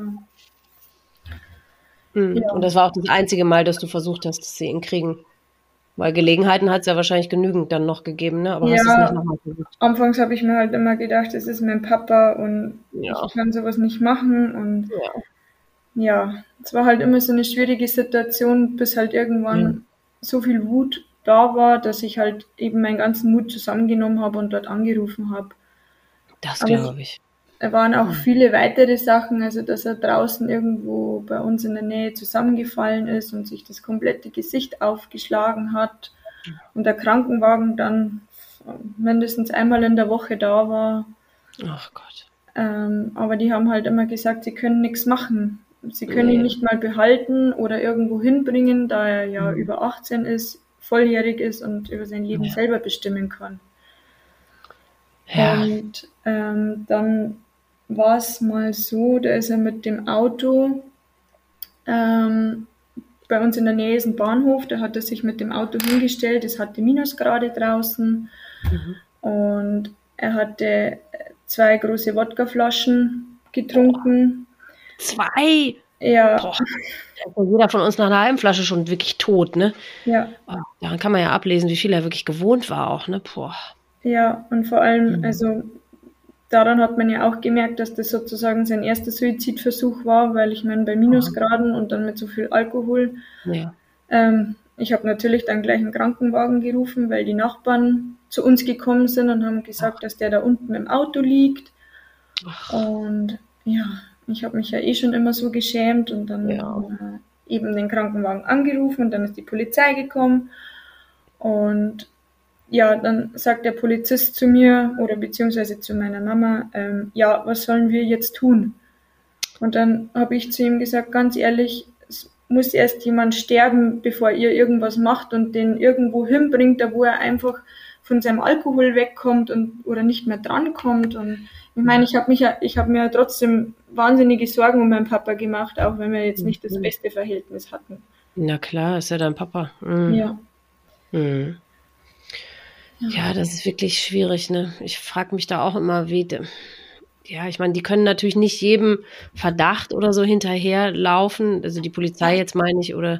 Speaker 1: Mhm. Ja. Und das war auch das einzige Mal, dass du versucht hast, dass sie ihn kriegen. Weil Gelegenheiten hat es ja wahrscheinlich genügend dann noch gegeben, ne? Aber
Speaker 2: ja,
Speaker 1: hast du es nicht nochmal versucht?
Speaker 2: Anfangs habe ich mir halt immer gedacht, das ist mein Papa und ja. ich kann sowas nicht machen. Und ja. ja, es war halt immer so eine schwierige Situation, bis halt irgendwann ja. so viel Wut da war, dass ich halt eben meinen ganzen Mut zusammengenommen habe und dort angerufen habe.
Speaker 1: Das glaube ich.
Speaker 2: Es waren auch viele weitere Sachen, also dass er draußen irgendwo bei uns in der Nähe zusammengefallen ist und sich das komplette Gesicht aufgeschlagen hat und der Krankenwagen dann mindestens einmal in der Woche da war.
Speaker 1: Ach Gott.
Speaker 2: Ähm, aber die haben halt immer gesagt, sie können nichts machen. Sie können nee. ihn nicht mal behalten oder irgendwo hinbringen, da er ja mhm. über achtzehn ist, volljährig ist und über sein Leben ja. selber bestimmen kann. Ja. Und ähm, dann war es mal so, da ist er mit dem Auto, ähm, bei uns in der Nähe ist ein Bahnhof, da hat er sich mit dem Auto hingestellt, es hatte Minusgrade draußen mhm. und er hatte zwei große Wodkaflaschen getrunken.
Speaker 1: Zwei?
Speaker 2: Ja.
Speaker 1: Boah, da ist jeder von uns nach einer halben Flasche schon wirklich tot, ne?
Speaker 2: Ja.
Speaker 1: Oh, daran kann man ja ablesen, wie viel er wirklich gewohnt war auch, ne? Boah.
Speaker 2: Ja, und vor allem, mhm. also daran hat man ja auch gemerkt, dass das sozusagen sein erster Suizidversuch war, weil ich meine, bei Minusgraden und dann mit so viel Alkohol.
Speaker 1: Ja.
Speaker 2: Ähm, ich habe natürlich dann gleich einen Krankenwagen gerufen, weil die Nachbarn zu uns gekommen sind und haben gesagt, Ach. dass der da unten im Auto liegt. Ach. Und ja, ich habe mich ja eh schon immer so geschämt und dann ja. äh, eben den Krankenwagen angerufen und dann ist die Polizei gekommen und ja, dann sagt der Polizist zu mir oder beziehungsweise zu meiner Mama, ähm, ja, was sollen wir jetzt tun? Und dann habe ich zu ihm gesagt, ganz ehrlich, muss erst jemand sterben, bevor ihr irgendwas macht und den irgendwo hinbringt, da wo er einfach von seinem Alkohol wegkommt und oder nicht mehr drankommt. Und ich meine, ich habe mich ja, ich habe mir ja trotzdem wahnsinnige Sorgen um meinen Papa gemacht, auch wenn wir jetzt nicht das beste Verhältnis hatten.
Speaker 1: Na klar, ist ja dein Papa. Mhm.
Speaker 2: Ja.
Speaker 1: Mhm. Ja, das ist wirklich schwierig, ne? Ich frage mich da auch immer, wie, ja, ich meine, die können natürlich nicht jedem Verdacht oder so hinterherlaufen, also die Polizei jetzt meine ich, oder,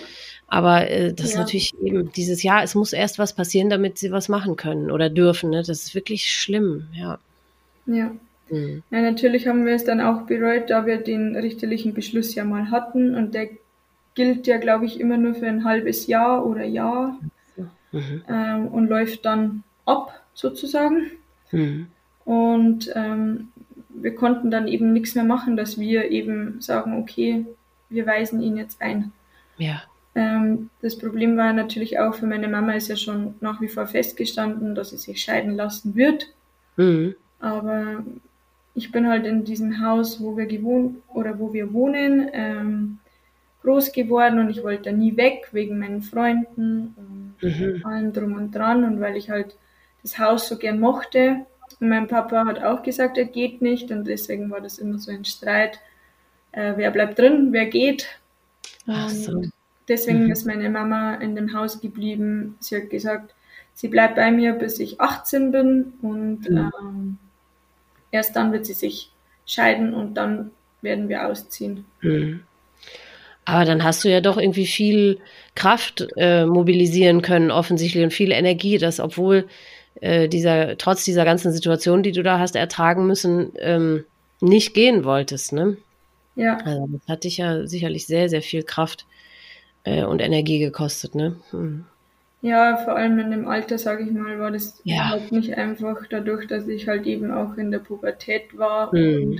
Speaker 1: aber äh, das ist
Speaker 2: Ja.
Speaker 1: natürlich eben dieses Jahr, es muss erst was passieren, damit sie was machen können oder dürfen, ne? Das ist wirklich schlimm, ja.
Speaker 2: Ja.
Speaker 1: Mhm.
Speaker 2: Ja, natürlich haben wir es dann auch bereut, da wir den richterlichen Beschluss ja mal hatten und der gilt ja, glaube ich, immer nur für ein halbes Jahr oder Jahr
Speaker 1: Mhm.
Speaker 2: ähm, und läuft dann ab, sozusagen.
Speaker 1: Mhm.
Speaker 2: Und ähm, wir konnten dann eben nichts mehr machen, dass wir eben sagen, okay, wir weisen ihn jetzt ein.
Speaker 1: Ja.
Speaker 2: Ähm, das Problem war natürlich auch, für meine Mama ist ja schon nach wie vor festgestanden, dass sie sich scheiden lassen wird.
Speaker 1: Mhm.
Speaker 2: Aber ich bin halt in diesem Haus, wo wir gewohnt oder wo wir wohnen, ähm, groß geworden und ich wollte da nie weg wegen meinen Freunden und
Speaker 1: Mhm.
Speaker 2: allem drum und dran und weil ich halt das Haus so gern mochte. Und mein Papa hat auch gesagt, er geht nicht und deswegen war das immer so ein Streit, äh, wer bleibt drin, wer geht.
Speaker 1: Ach so.
Speaker 2: Und deswegen
Speaker 1: Mhm.
Speaker 2: ist meine Mama in dem Haus geblieben. Sie hat gesagt, sie bleibt bei mir, bis ich achtzehn bin und
Speaker 1: Mhm.
Speaker 2: ähm, erst dann wird sie sich scheiden und dann werden wir ausziehen.
Speaker 1: Mhm. Aber dann hast du ja doch irgendwie viel Kraft äh, mobilisieren können, offensichtlich, und viel Energie, dass obwohl äh, dieser, trotz dieser ganzen Situation, die du da hast ertragen müssen, ähm, nicht gehen wolltest, ne?
Speaker 2: Ja.
Speaker 1: Also das hat dich ja sicherlich sehr, sehr viel Kraft äh, und Energie gekostet, ne? Hm.
Speaker 2: Ja, vor allem in dem Alter, sage ich mal, war das
Speaker 1: Ja.
Speaker 2: überhaupt nicht einfach, dadurch, dass ich halt eben auch in der Pubertät war.
Speaker 1: Mhm.
Speaker 2: Und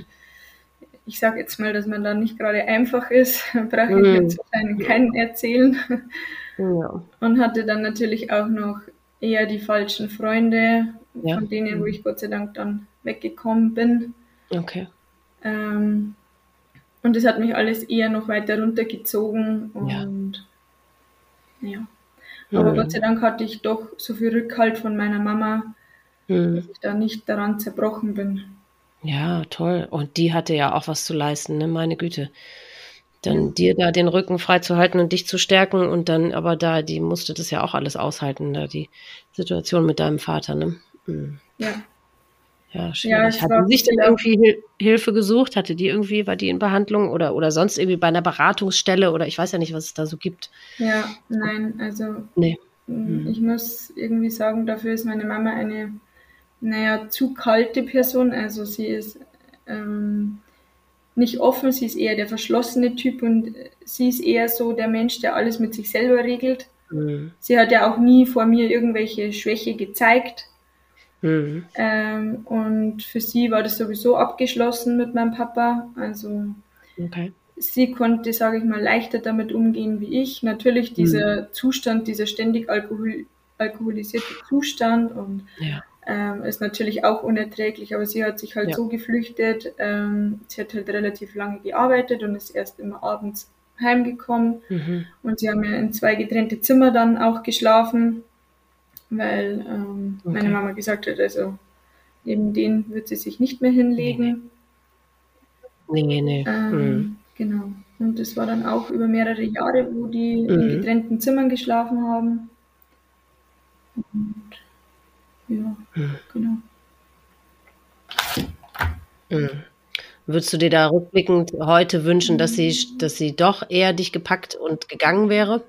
Speaker 2: ich sage jetzt mal, dass man da nicht gerade einfach ist, brauche ich
Speaker 1: Mhm.
Speaker 2: jetzt wahrscheinlich keinen erzählen.
Speaker 1: Ja.
Speaker 2: Und hatte dann natürlich auch noch eher die falschen Freunde,
Speaker 1: Ja.
Speaker 2: von denen, wo
Speaker 1: Mhm.
Speaker 2: ich Gott sei Dank dann weggekommen bin.
Speaker 1: Okay.
Speaker 2: Ähm, und das hat mich alles eher noch weiter runtergezogen
Speaker 1: Ja.
Speaker 2: und ja. Aber
Speaker 1: Mhm.
Speaker 2: Gott sei Dank hatte ich doch so viel Rückhalt von meiner Mama,
Speaker 1: Mhm.
Speaker 2: dass ich da nicht daran zerbrochen bin.
Speaker 1: Ja, toll. Und die hatte ja auch was zu leisten, ne? Meine Güte. Dann
Speaker 2: Ja.
Speaker 1: dir da den Rücken frei zu halten und dich zu stärken und dann aber da, die musste das ja auch alles aushalten, da die Situation mit deinem Vater, ne? Mhm.
Speaker 2: Ja.
Speaker 1: Ja,
Speaker 2: Ja,
Speaker 1: schwierig.
Speaker 2: es
Speaker 1: Hat
Speaker 2: war
Speaker 1: die sich denn
Speaker 2: wirklich auch,
Speaker 1: irgendwie Hil Hilfe gesucht? Hatte die irgendwie, war die in Behandlung oder oder sonst irgendwie bei einer Beratungsstelle oder ich weiß ja nicht, was es da so gibt.
Speaker 2: ja, nein, also
Speaker 1: Ne.
Speaker 2: m,
Speaker 1: Mhm.
Speaker 2: ich muss irgendwie sagen, dafür ist meine Mama eine, naja, zu kalte Person. Also sie ist ähm, nicht offen, sie ist eher der verschlossene Typ und äh, sie ist eher so der Mensch, der alles mit sich selber regelt.
Speaker 1: Mhm.
Speaker 2: Sie hat ja auch nie vor mir irgendwelche Schwäche gezeigt.
Speaker 1: Mhm.
Speaker 2: Ähm, und für sie war das sowieso abgeschlossen mit meinem Papa. Also
Speaker 1: Okay.
Speaker 2: sie konnte, sage ich mal, leichter damit umgehen wie ich. Natürlich
Speaker 1: Mhm.
Speaker 2: dieser Zustand, dieser ständig alkohol alkoholisierte Zustand und
Speaker 1: Ja.
Speaker 2: ähm, ist natürlich auch unerträglich, aber sie hat sich halt
Speaker 1: Ja.
Speaker 2: so geflüchtet. Ähm, sie hat halt relativ lange gearbeitet und ist erst immer abends heimgekommen.
Speaker 1: Mhm.
Speaker 2: Und sie haben ja in zwei getrennte Zimmer dann auch geschlafen, weil ähm, meine
Speaker 1: Okay.
Speaker 2: Mama gesagt hat, also neben denen wird sie sich nicht mehr
Speaker 1: Ne, ne.
Speaker 2: hinlegen.
Speaker 1: Ne, ne. Mhm.
Speaker 2: Ähm, genau. Und das war dann auch über mehrere Jahre, wo die in
Speaker 1: Mhm.
Speaker 2: getrennten Zimmern geschlafen haben. Und ja,
Speaker 1: Mhm.
Speaker 2: genau.
Speaker 1: Mhm. Würdest du dir da rückblickend heute wünschen, dass sie dass sie doch eher dich gepackt und gegangen wäre?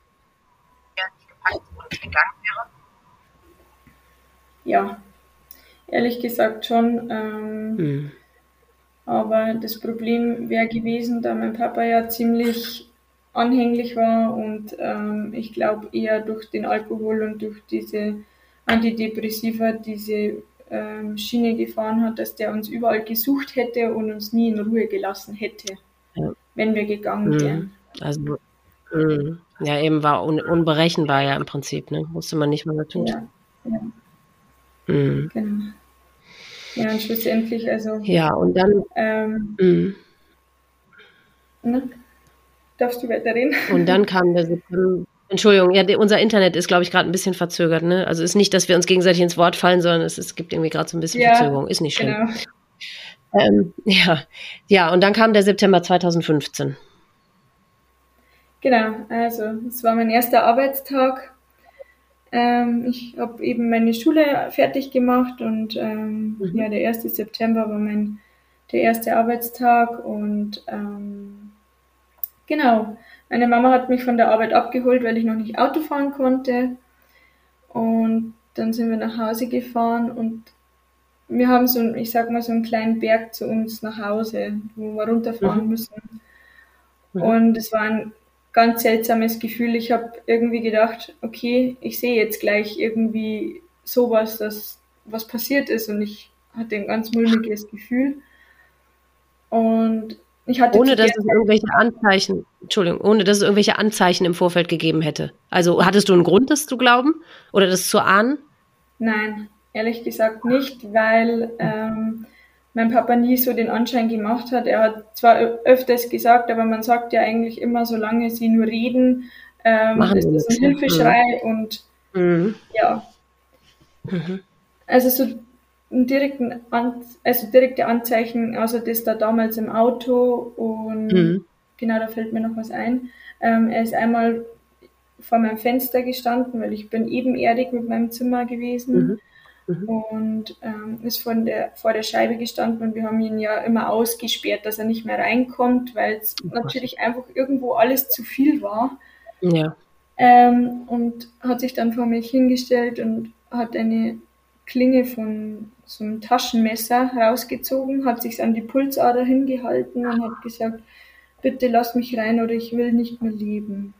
Speaker 2: Ja, ehrlich gesagt schon. Ähm,
Speaker 1: Mhm.
Speaker 2: aber das Problem wäre gewesen, da mein Papa ja ziemlich anhänglich war und ähm, ich glaube eher durch den Alkohol und durch diese Antidepressiva diese ähm, Schiene gefahren hat, dass der uns überall gesucht hätte und uns nie in Ruhe gelassen hätte,
Speaker 1: Ja.
Speaker 2: wenn wir gegangen
Speaker 1: Mhm.
Speaker 2: wären.
Speaker 1: Also mhm. Ja, eben war un unberechenbar ja im Prinzip, ne? Wusste man nicht, was er tut.
Speaker 2: Ja, ja,
Speaker 1: Mhm.
Speaker 2: genau. Ja, und schlussendlich, also
Speaker 1: Ja, und dann
Speaker 2: ähm,
Speaker 1: mhm.
Speaker 2: ne, darfst du weiterreden.
Speaker 1: Und dann kam der September. Entschuldigung, ja, unser Internet ist, glaube ich, gerade ein bisschen verzögert. Ne? Also ist nicht, dass wir uns gegenseitig ins Wort fallen, sondern es, es gibt irgendwie gerade so ein bisschen
Speaker 2: Ja,
Speaker 1: Verzögerung. Ist nicht schlimm.
Speaker 2: genau.
Speaker 1: Ähm, ja. ja, und dann kam der September zweitausendfünfzehn.
Speaker 2: Genau, also es war mein erster Arbeitstag. Ähm, ich habe eben meine Schule fertig gemacht und ähm,
Speaker 1: Mhm.
Speaker 2: ja, der erste September war mein der erste Arbeitstag und ähm, genau, meine Mama hat mich von der Arbeit abgeholt, weil ich noch nicht Auto fahren konnte und dann sind wir nach Hause gefahren und wir haben so, einen, ich sag mal, so einen kleinen Berg zu uns nach Hause, wo wir runterfahren
Speaker 1: Mhm.
Speaker 2: müssen.
Speaker 1: Mhm.
Speaker 2: Und es war ein ganz seltsames Gefühl. Ich habe irgendwie gedacht, okay, ich sehe jetzt gleich irgendwie sowas, dass was passiert ist und ich hatte ein ganz mulmiges Gefühl. Und ich hatte
Speaker 1: Ohne
Speaker 2: zu
Speaker 1: dass
Speaker 2: der
Speaker 1: es irgendwelche Anzeichen, Entschuldigung, ohne dass es irgendwelche Anzeichen im Vorfeld gegeben hätte. Also hattest du einen Grund, das zu glauben oder das zu ahnen?
Speaker 2: Nein, ehrlich gesagt nicht, weil ähm, mein Papa nie so den Anschein gemacht hat. Er hat zwar ö- öfters gesagt, aber man sagt ja eigentlich immer, solange sie nur reden, ähm,
Speaker 1: Machen sie
Speaker 2: ist das ein
Speaker 1: nichts, ja.
Speaker 2: Hilfeschrei und
Speaker 1: Mhm.
Speaker 2: ja,
Speaker 1: Mhm.
Speaker 2: also so einen direkten An also direkte Anzeichen, außer das da damals im Auto und
Speaker 1: Mhm.
Speaker 2: genau, da fällt mir noch was ein. Ähm, er ist einmal vor meinem Fenster gestanden, weil ich bin ebenerdig mit meinem Zimmer gewesen
Speaker 1: Mhm. Mhm.
Speaker 2: und ähm, ist von der, vor der Scheibe gestanden und wir haben ihn ja immer ausgesperrt, dass er nicht mehr reinkommt, weil es
Speaker 1: Oh Gott.
Speaker 2: natürlich einfach irgendwo alles zu viel war.
Speaker 1: Ja.
Speaker 2: Ähm, und hat sich dann vor mich hingestellt und hat eine Klinge von so einem Taschenmesser rausgezogen, hat sich an die Pulsader hingehalten und hat gesagt, bitte lass mich rein oder ich will nicht mehr leben.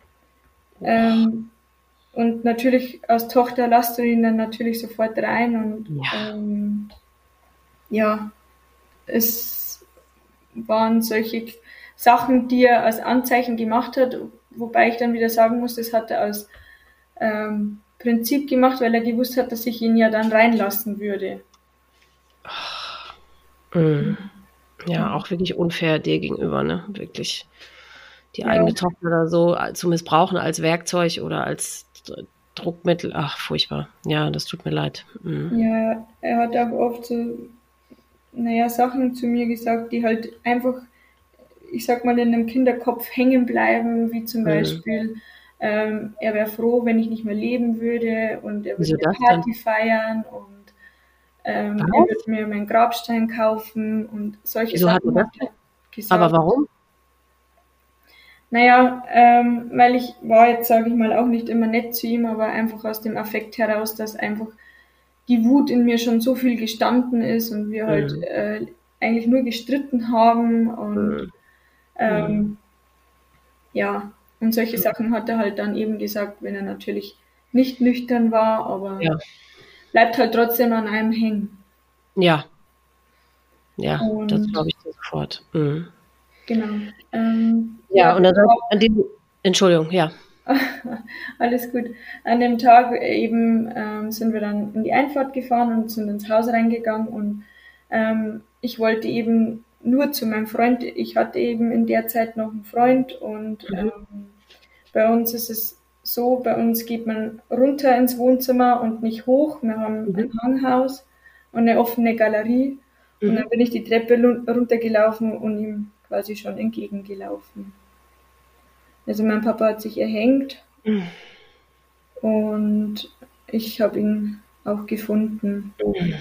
Speaker 2: Ähm, und natürlich als Tochter lässt du ihn dann natürlich sofort rein und
Speaker 1: Ja.
Speaker 2: ähm, ja, es waren solche Sachen, die er als Anzeichen gemacht hat, wobei ich dann wieder sagen muss, das hat er als ähm, Prinzip gemacht, weil er gewusst hat, dass ich ihn ja dann reinlassen würde.
Speaker 1: Mhm. Ja,
Speaker 2: Ja,
Speaker 1: auch wirklich unfair dir gegenüber, ne? Wirklich die
Speaker 2: ja,
Speaker 1: eigene Tochter da so zu missbrauchen als Werkzeug oder als D- Druckmittel. Ach, furchtbar. Ja, das tut mir leid. Mhm.
Speaker 2: ja, er hat auch oft so, naja, Sachen zu mir gesagt, die halt einfach, ich sag mal, in einem Kinderkopf hängen bleiben, wie zum
Speaker 1: Mhm.
Speaker 2: Beispiel, ähm, er wäre froh, wenn ich nicht mehr leben würde und er würde
Speaker 1: Wieso
Speaker 2: eine
Speaker 1: das denn?
Speaker 2: Party feiern und ähm, er würde
Speaker 1: Was?
Speaker 2: mir meinen Grabstein kaufen und solche
Speaker 1: Wieso hat er
Speaker 2: Sachen
Speaker 1: das
Speaker 2: hat
Speaker 1: denn?
Speaker 2: er
Speaker 1: Aber
Speaker 2: gesagt.
Speaker 1: warum?
Speaker 2: Naja, ähm, weil ich war jetzt, sage ich mal, auch nicht immer nett zu ihm, aber einfach aus dem Affekt heraus, dass einfach die Wut in mir schon so viel gestanden ist und wir halt
Speaker 1: Mhm.
Speaker 2: äh, eigentlich nur gestritten haben und
Speaker 1: Mhm. Mhm.
Speaker 2: ähm, ja, und solche Sachen hat er halt dann eben gesagt, wenn er natürlich nicht nüchtern war, aber
Speaker 1: Ja,
Speaker 2: bleibt halt trotzdem an einem hängen.
Speaker 1: ja, ja, das
Speaker 2: Und
Speaker 1: glaube ich dir sofort. Mhm.
Speaker 2: genau. Ähm, ja,
Speaker 1: Ja, und dann an diesem, Entschuldigung, ja.
Speaker 2: alles gut. An dem Tag eben ähm, sind wir dann in die Einfahrt gefahren und sind ins Haus reingegangen und ähm, ich wollte eben nur zu meinem Freund. Ich hatte eben in der Zeit noch einen Freund und
Speaker 1: Mhm.
Speaker 2: ähm, bei uns ist es so, bei uns geht man runter ins Wohnzimmer und nicht hoch. Wir haben
Speaker 1: Mhm.
Speaker 2: ein Hanghaus und eine offene Galerie und dann
Speaker 1: Mhm.
Speaker 2: bin ich die Treppe runtergelaufen und ihm quasi schon entgegengelaufen. Also mein Papa hat sich erhängt
Speaker 1: Mhm.
Speaker 2: und ich habe ihn auch gefunden.
Speaker 1: Mhm.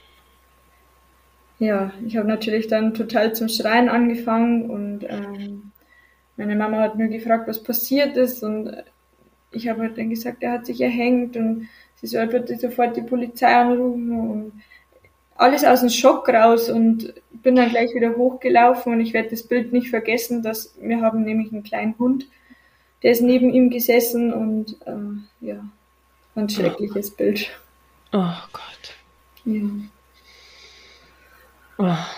Speaker 2: Ja, ich habe natürlich dann total zum Schreien angefangen und ähm, meine Mama hat mir gefragt, was passiert ist und ich habe halt dann gesagt, er hat sich erhängt und sie soll bitte sofort die Polizei anrufen und alles aus dem Schock raus und bin dann gleich wieder hochgelaufen und ich werde das Bild nicht vergessen, dass wir haben nämlich einen kleinen Hund, der ist neben ihm gesessen und äh, ja, ein schreckliches Bild.
Speaker 1: Oh Gott.
Speaker 2: Ja.
Speaker 1: Oh.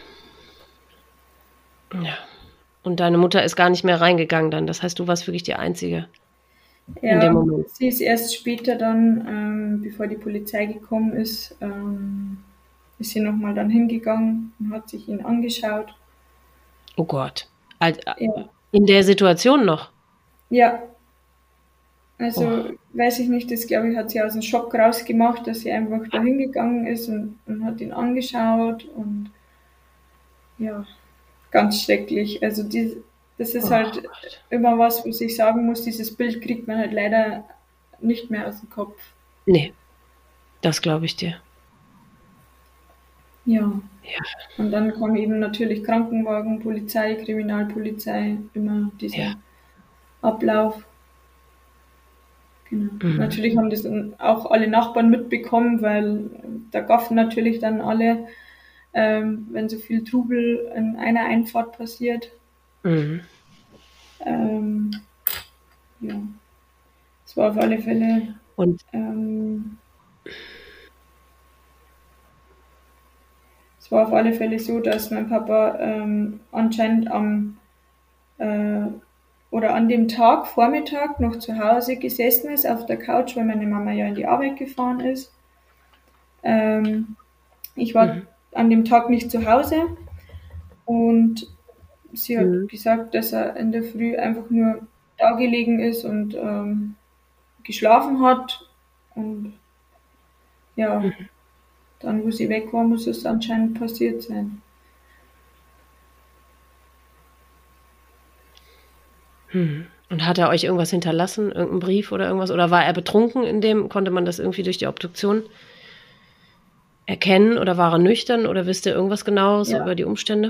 Speaker 1: Ja. Und deine Mutter ist gar nicht mehr reingegangen dann. Das heißt, du warst wirklich die Einzige in dem
Speaker 2: Ja,
Speaker 1: Moment.
Speaker 2: sie ist erst später dann, ähm, bevor die Polizei gekommen ist, ähm, ist sie nochmal dann hingegangen und hat sich ihn angeschaut.
Speaker 1: Oh Gott. Al-
Speaker 2: Ja,
Speaker 1: In der Situation noch?
Speaker 2: Ja. Also,
Speaker 1: Oh.
Speaker 2: weiß ich nicht, das glaube ich, hat sie aus dem Schock rausgemacht, dass sie einfach da hingegangen ist und, und hat ihn angeschaut und ja, ganz schrecklich. Also, die, das ist
Speaker 1: Oh
Speaker 2: halt
Speaker 1: Gott.
Speaker 2: immer was, was ich sagen muss, dieses Bild kriegt man halt leider nicht mehr aus dem Kopf.
Speaker 1: Nee, das glaube ich dir.
Speaker 2: Ja.
Speaker 1: Ja,
Speaker 2: Und dann kam eben natürlich Krankenwagen, Polizei, Kriminalpolizei, immer dieser
Speaker 1: ja.
Speaker 2: Ablauf. Genau.
Speaker 1: Mhm.
Speaker 2: Natürlich haben das dann auch alle Nachbarn mitbekommen, weil da gaffen natürlich dann alle, ähm, wenn so viel Trubel in einer Einfahrt passiert.
Speaker 1: Mhm.
Speaker 2: Ähm, ja, es war auf alle Fälle.
Speaker 1: Und
Speaker 2: Ähm, es war auf alle Fälle so, dass mein Papa ähm, anscheinend am äh, oder an dem Tag, Vormittag, noch zu Hause gesessen ist auf der Couch, weil meine Mama ja in die Arbeit gefahren ist. Ähm, ich war
Speaker 1: mhm.
Speaker 2: an dem Tag nicht zu Hause und sie hat
Speaker 1: Mhm.
Speaker 2: gesagt, dass er in der Früh einfach nur da gelegen ist und ähm, geschlafen hat. Und ja,
Speaker 1: Mhm.
Speaker 2: dann, wo sie weg war, muss es anscheinend passiert sein.
Speaker 1: Mhm. Und hat er euch irgendwas hinterlassen, irgendeinen Brief oder irgendwas? Oder war er betrunken in dem? Konnte man das irgendwie durch die Obduktion erkennen? Oder war er nüchtern? Oder wisst ihr irgendwas Genaues
Speaker 2: Ja.
Speaker 1: über die Umstände?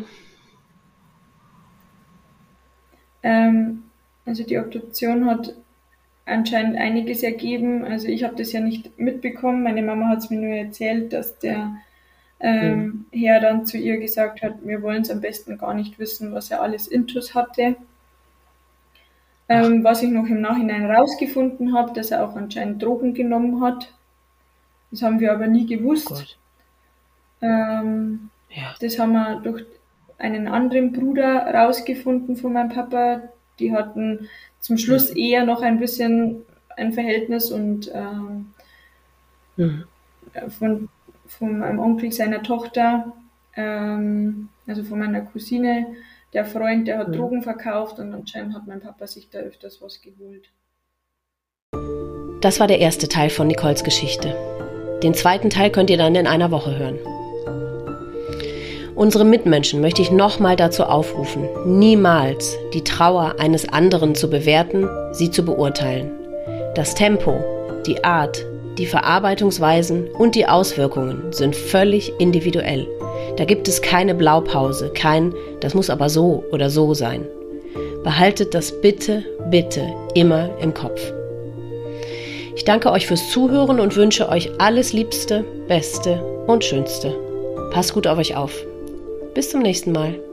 Speaker 2: Ähm, also die Obduktion hat anscheinend einiges ergeben. Also ich habe das ja nicht mitbekommen. Meine Mama hat es mir nur erzählt, dass der ähm,
Speaker 1: Mhm.
Speaker 2: Herr dann zu ihr gesagt hat, wir wollen es am besten gar nicht wissen, was er alles intus hatte.
Speaker 1: Ach,
Speaker 2: Ähm, was ich noch im Nachhinein rausgefunden habe, dass er auch anscheinend Drogen genommen hat. Das haben wir aber nie
Speaker 1: oh
Speaker 2: gewusst.
Speaker 1: Gott.
Speaker 2: Ähm,
Speaker 1: Ja.
Speaker 2: das haben wir durch einen anderen Bruder rausgefunden von meinem Papa. Die hatten zum Schluss
Speaker 1: Mhm.
Speaker 2: eher noch ein bisschen ein Verhältnis und ähm,
Speaker 1: Mhm.
Speaker 2: von, von meinem Onkel seiner Tochter, ähm, also von meiner Cousine, der Freund, der hat
Speaker 1: Mhm.
Speaker 2: Drogen verkauft und anscheinend hat mein Papa sich da öfters was geholt.
Speaker 1: Das war der erste Teil von Nicoles Geschichte. Den zweiten Teil könnt ihr dann in einer Woche hören. Unsere Mitmenschen möchte ich nochmal dazu aufrufen, niemals die Trauer eines anderen zu bewerten, sie zu beurteilen. Das Tempo, die Art, die Verarbeitungsweisen und die Auswirkungen sind völlig individuell. Da gibt es keine Blaupause, kein "das muss aber so oder so sein". Behaltet das bitte, bitte immer im Kopf. Ich danke euch fürs Zuhören und wünsche euch alles Liebste, Beste und Schönste. Passt gut auf euch auf. Bis zum nächsten Mal.